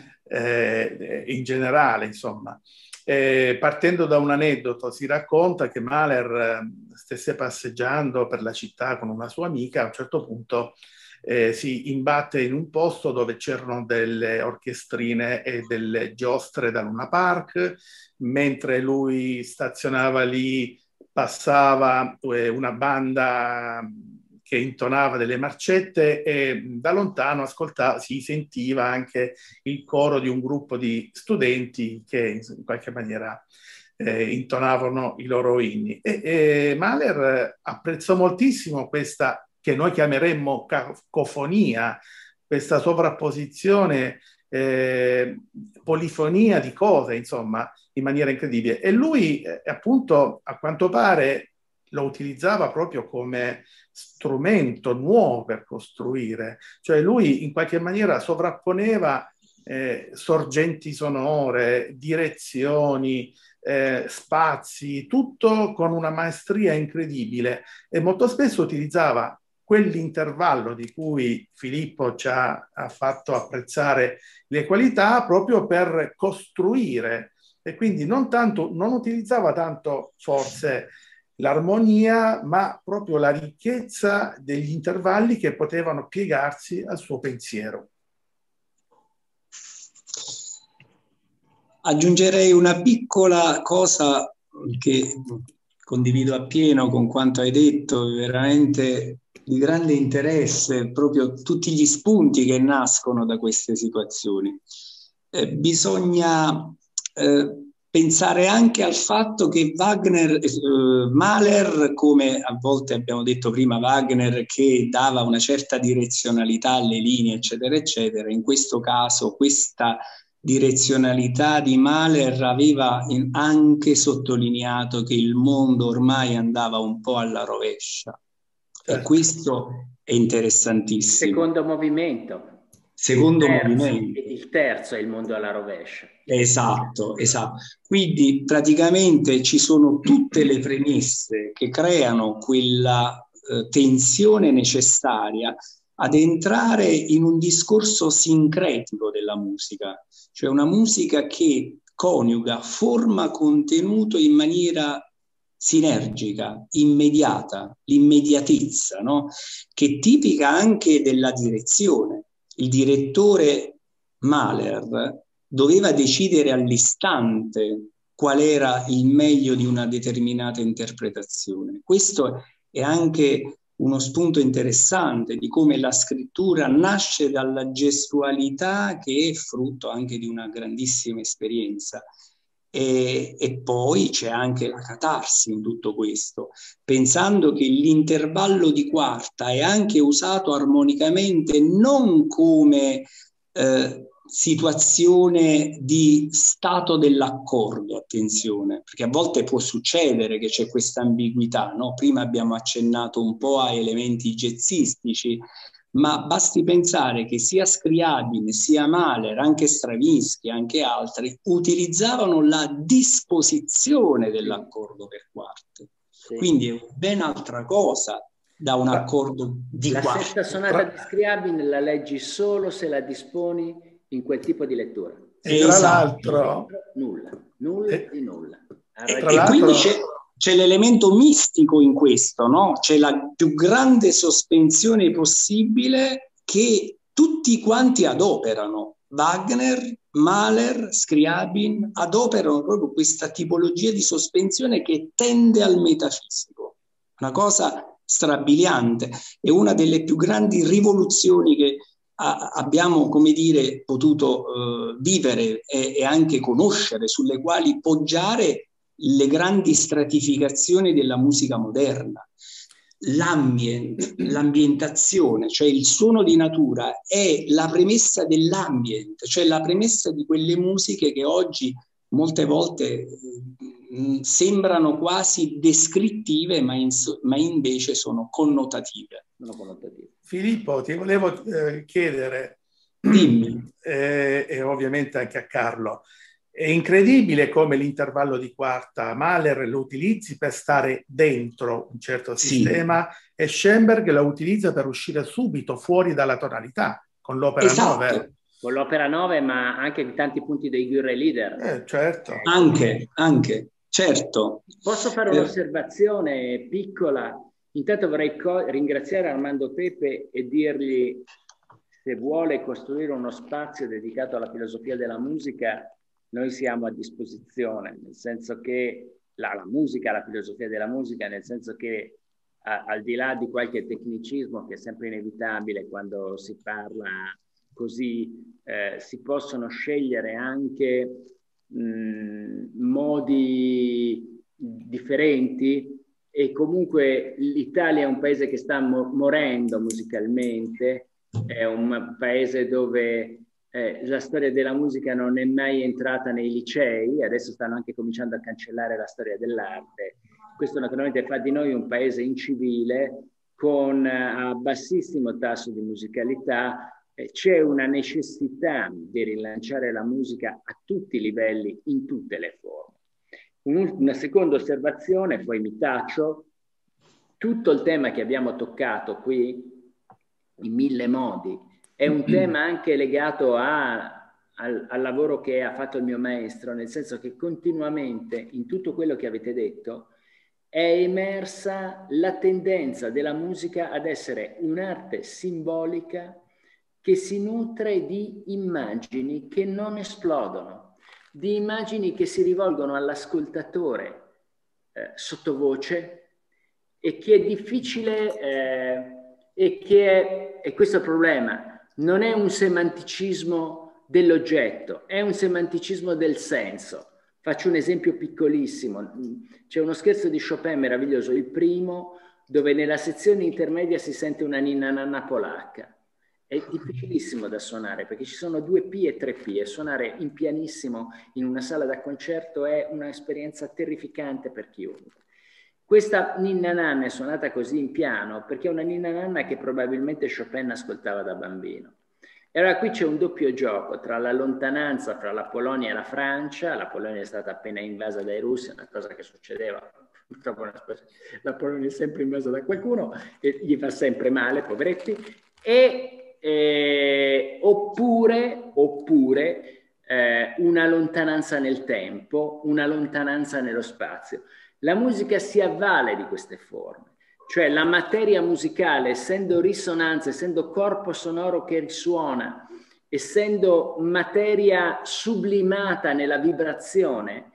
Eh, in generale, insomma. Eh, partendo da un aneddoto, si racconta che Mahler eh, stesse passeggiando per la città con una sua amica, a un certo punto eh, si imbatte in un posto dove c'erano delle orchestrine e delle giostre da Luna Park, mentre lui stazionava lì passava eh, una banda che intonava delle marcette e da lontano ascoltava, si sentiva anche il coro di un gruppo di studenti che in qualche maniera eh, intonavano i loro inni. E, e Mahler apprezzò moltissimo questa, che noi chiameremmo cacofonia, questa sovrapposizione, eh, polifonia di cose, insomma, in maniera incredibile. E lui, eh, appunto, a quanto pare, lo utilizzava proprio come strumento nuovo per costruire. Cioè lui in qualche maniera sovrapponeva eh, sorgenti sonore, direzioni, eh, spazi, tutto con una maestria incredibile, e molto spesso utilizzava quell'intervallo di cui Filippo ci ha, ha fatto apprezzare le qualità proprio per costruire, e quindi non tanto, non utilizzava tanto forse l'armonia, ma proprio la ricchezza degli intervalli che potevano piegarsi al suo pensiero. Aggiungerei una piccola cosa che condivido appieno con quanto hai detto, veramente di grande interesse, proprio tutti gli spunti che nascono da queste situazioni. Eh, bisogna eh, pensare anche al fatto che Wagner, eh, Mahler, come a volte abbiamo detto prima, Wagner che dava una certa direzionalità alle linee, eccetera, eccetera, in questo caso questa direzionalità di Mahler aveva anche sottolineato che il mondo ormai andava un po' alla rovescia. Certo. E questo è interessantissimo. Secondo movimento. Secondo il terzo, movimento. Il terzo è il mondo alla rovescia. Esatto, esatto. Quindi praticamente ci sono tutte le premesse che creano quella eh, tensione necessaria ad entrare in un discorso sincretico della musica, cioè una musica che coniuga forma contenuto in maniera sinergica, immediata, l'immediatezza, no? Che è tipica anche della direzione. Il direttore Mahler doveva decidere all'istante qual era il meglio di una determinata interpretazione. Questo è anche uno spunto interessante di come la scrittura nasce dalla gestualità, che è frutto anche di una grandissima esperienza. E, e poi c'è anche la catarsi in tutto questo, pensando che l'intervallo di quarta è anche usato armonicamente non come eh, situazione di stato dell'accordo, attenzione, perché a volte può succedere che c'è questa ambiguità, no? Prima abbiamo accennato un po' a elementi jazzistici, ma basti pensare che sia Scriabin, sia Mahler, anche Stravinsky, anche altri, utilizzavano la disposizione dell'accordo per quarte. Sì. Quindi è ben altra cosa da un accordo di la quarte. La sesta sonata di Scriabin la leggi solo se la disponi in quel tipo di lettura. E tra l'altro... Nulla, nulla e, di nulla. E, e quindi c'è... C'è l'elemento mistico in questo, no? C'è la più grande sospensione possibile che tutti quanti adoperano. Wagner, Mahler, Scriabin adoperano proprio questa tipologia di sospensione che tende al metafisico. Una cosa strabiliante. È una delle più grandi rivoluzioni che a, abbiamo, come dire, potuto uh, vivere e, e anche conoscere, sulle quali poggiare le grandi stratificazioni della musica moderna. L'ambient, l'ambientazione, cioè il suono di natura, è la premessa dell'ambient, cioè la premessa di quelle musiche che oggi molte volte mh, sembrano quasi descrittive, ma, in, ma invece sono connotative. Sono connotative. Filippo, ti volevo eh, chiedere, dimmi, eh, e ovviamente anche a Carlo, è incredibile come l'intervallo di quarta Mahler lo utilizzi per stare dentro un certo sì. sistema e Schoenberg lo utilizza per uscire subito fuori dalla tonalità con l'opera esatto. nove. Con l'opera nove, ma anche di tanti punti dei Gurre Leader. Eh, certo. Anche, anche, certo. Posso fare eh. un'osservazione piccola? Intanto vorrei ringraziare Armando Pepe e dirgli, se vuole costruire uno spazio dedicato alla filosofia della musica, noi siamo a disposizione, nel senso che la, la musica, la filosofia della musica, nel senso che a, al di là di qualche tecnicismo che è sempre inevitabile quando si parla così, eh, si possono scegliere anche mh, modi differenti, e comunque l'Italia è un paese che sta mo- morendo musicalmente, è un paese dove Eh, la storia della musica non è mai entrata nei licei, adesso stanno anche cominciando a cancellare la storia dell'arte. Questo naturalmente fa di noi un paese incivile, con a bassissimo tasso di musicalità. Eh, c'è una necessità di rilanciare la musica a tutti i livelli, in tutte le forme. Un, una seconda osservazione, poi mi taccio: tutto il tema che abbiamo toccato qui, in mille modi, è un tema anche legato a, al, al lavoro che ha fatto il mio maestro, nel senso che continuamente in tutto quello che avete detto è emersa la tendenza della musica ad essere un'arte simbolica che si nutre di immagini che non esplodono, di immagini che si rivolgono all'ascoltatore eh, sottovoce, e che è difficile, eh, e che è, e questo è il problema, non è un semanticismo dell'oggetto, è un semanticismo del senso. Faccio un esempio piccolissimo. C'è uno scherzo di Chopin meraviglioso, il primo, dove nella sezione intermedia si sente una ninna nanna polacca. È difficilissimo da suonare perché ci sono due P e tre P e suonare in pianissimo in una sala da concerto è un'esperienza terrificante per chiunque. Questa ninna nanna è suonata così in piano perché è una ninna nanna che probabilmente Chopin ascoltava da bambino. E allora qui c'è un doppio gioco tra la lontananza fra la Polonia e la Francia. La Polonia è stata appena invasa dai russi, una cosa che succedeva. Purtroppo la Polonia è sempre invasa da qualcuno e gli fa sempre male, poveretti. E Eh, oppure, oppure eh, una lontananza nel tempo, una lontananza nello spazio. La musica si avvale di queste forme, cioè la materia musicale, essendo risonanza, essendo corpo sonoro che risuona, essendo materia sublimata nella vibrazione,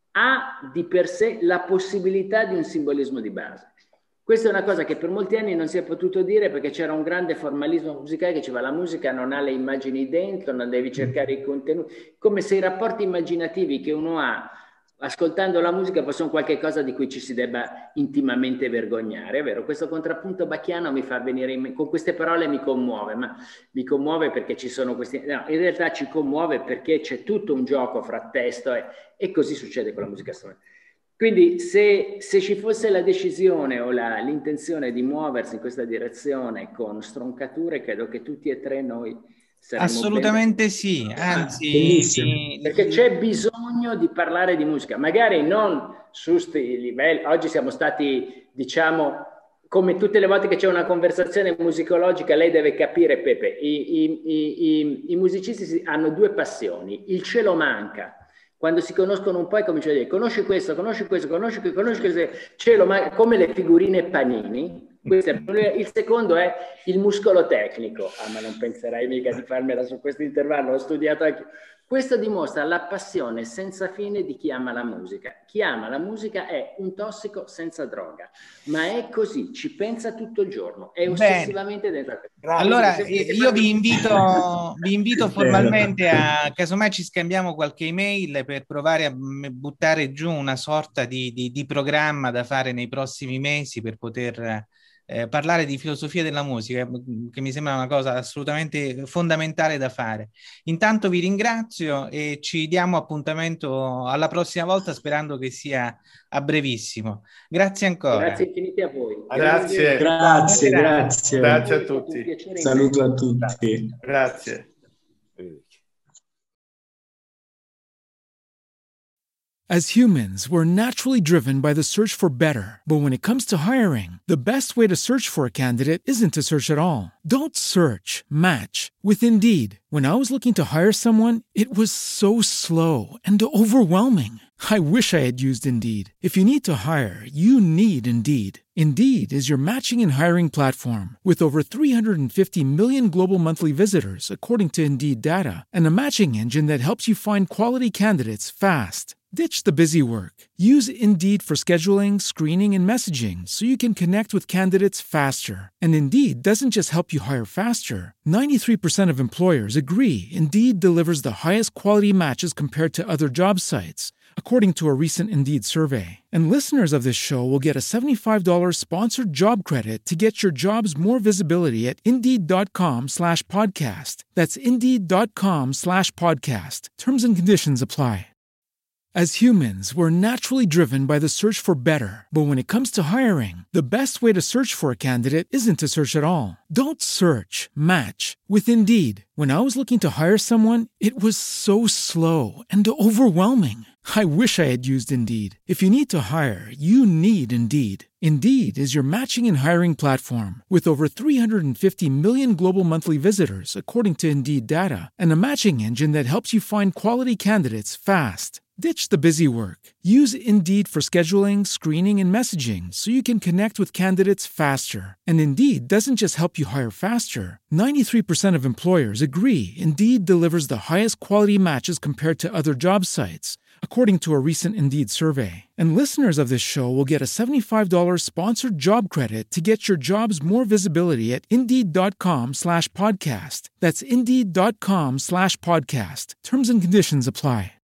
ha di per sé la possibilità di un simbolismo di base. Questa è una cosa che per molti anni non si è potuto dire perché c'era un grande formalismo musicale che diceva la musica non ha le immagini dentro, non devi cercare i contenuti, come se i rapporti immaginativi che uno ha ascoltando la musica fossero qualche cosa di cui ci si debba intimamente vergognare, è vero? Questo contrappunto bacchiano mi fa venire in me, con queste parole mi commuove, ma mi commuove perché ci sono questi, no, in realtà ci commuove perché c'è tutto un gioco fra testo e, e così succede con la musica strumentale. Quindi se, se ci fosse la decisione o la, l'intenzione di muoversi in questa direzione con stroncature, credo che tutti e tre noi saremmo assolutamente ben... sì, anzi... Perché c'è bisogno di parlare di musica, magari non su sti livelli. Oggi siamo stati, diciamo, come tutte le volte che c'è una conversazione musicologica, lei deve capire, Pepe, i, i, i, i, i musicisti hanno due passioni, il cielo manca. Quando si conoscono un po' e cominciano a dire conosci questo, conosci questo, conosci questo, conosci questo, cielo, ma come le figurine Panini. Questo è, il secondo è il muscolo tecnico. Ah, ma non penserai mica di farmela su questo intervallo, ho studiato anche. Questo dimostra la passione senza fine di chi ama la musica. Chi ama la musica è un tossico senza droga, ma è così, ci pensa tutto il giorno, è ossessivamente dentro. Allora, io vi invito, vi invito formalmente a, casomai ci scambiamo qualche email per provare a buttare giù una sorta di, di, di programma da fare nei prossimi mesi per poter... Eh, parlare di filosofia della musica, che mi sembra una cosa assolutamente fondamentale da fare. Intanto vi ringrazio e ci diamo appuntamento alla prossima volta, sperando che sia a brevissimo. Grazie ancora. Grazie infinite a voi. Grazie. Grazie, grazie. Grazie a tutti. Saluto a tutti. Grazie. As humans, we're naturally driven by the search for better. But when it comes to hiring, the best way to search for a candidate isn't to search at all. Don't search, match with Indeed. When I was looking to hire someone, it was so slow and overwhelming. I wish I had used Indeed. If you need to hire, you need Indeed. Indeed is your matching and hiring platform with over three hundred fifty million global monthly visitors, according to Indeed data, and a matching engine that helps you find quality candidates fast. Ditch the busy work. Use Indeed for scheduling, screening, and messaging so you can connect with candidates faster. And Indeed doesn't just help you hire faster. ninety-three percent of employers agree Indeed delivers the highest quality matches compared to other job sites, according to a recent Indeed survey. And listeners of this show will get a seventy-five dollars sponsored job credit to get your jobs more visibility at Indeed.com slash podcast. That's Indeed.com slash podcast. Terms and conditions apply. As humans, we're naturally driven by the search for better. But when it comes to hiring, the best way to search for a candidate isn't to search at all. Don't search, match with Indeed. When I was looking to hire someone, it was so slow and overwhelming. I wish I had used Indeed. If you need to hire, you need Indeed. Indeed is your matching and hiring platform with over three hundred fifty million global monthly visitors, according to Indeed data, and a matching engine that helps you find quality candidates fast. Ditch the busy work. Use Indeed for scheduling, screening, and messaging so you can connect with candidates faster. And Indeed doesn't just help you hire faster. ninety-three percent of employers agree Indeed delivers the highest quality matches compared to other job sites, according to a recent Indeed survey. And listeners of this show will get a seventy-five dollars sponsored job credit to get your jobs more visibility at Indeed.com slash podcast. That's Indeed.com slash podcast. Terms and conditions apply.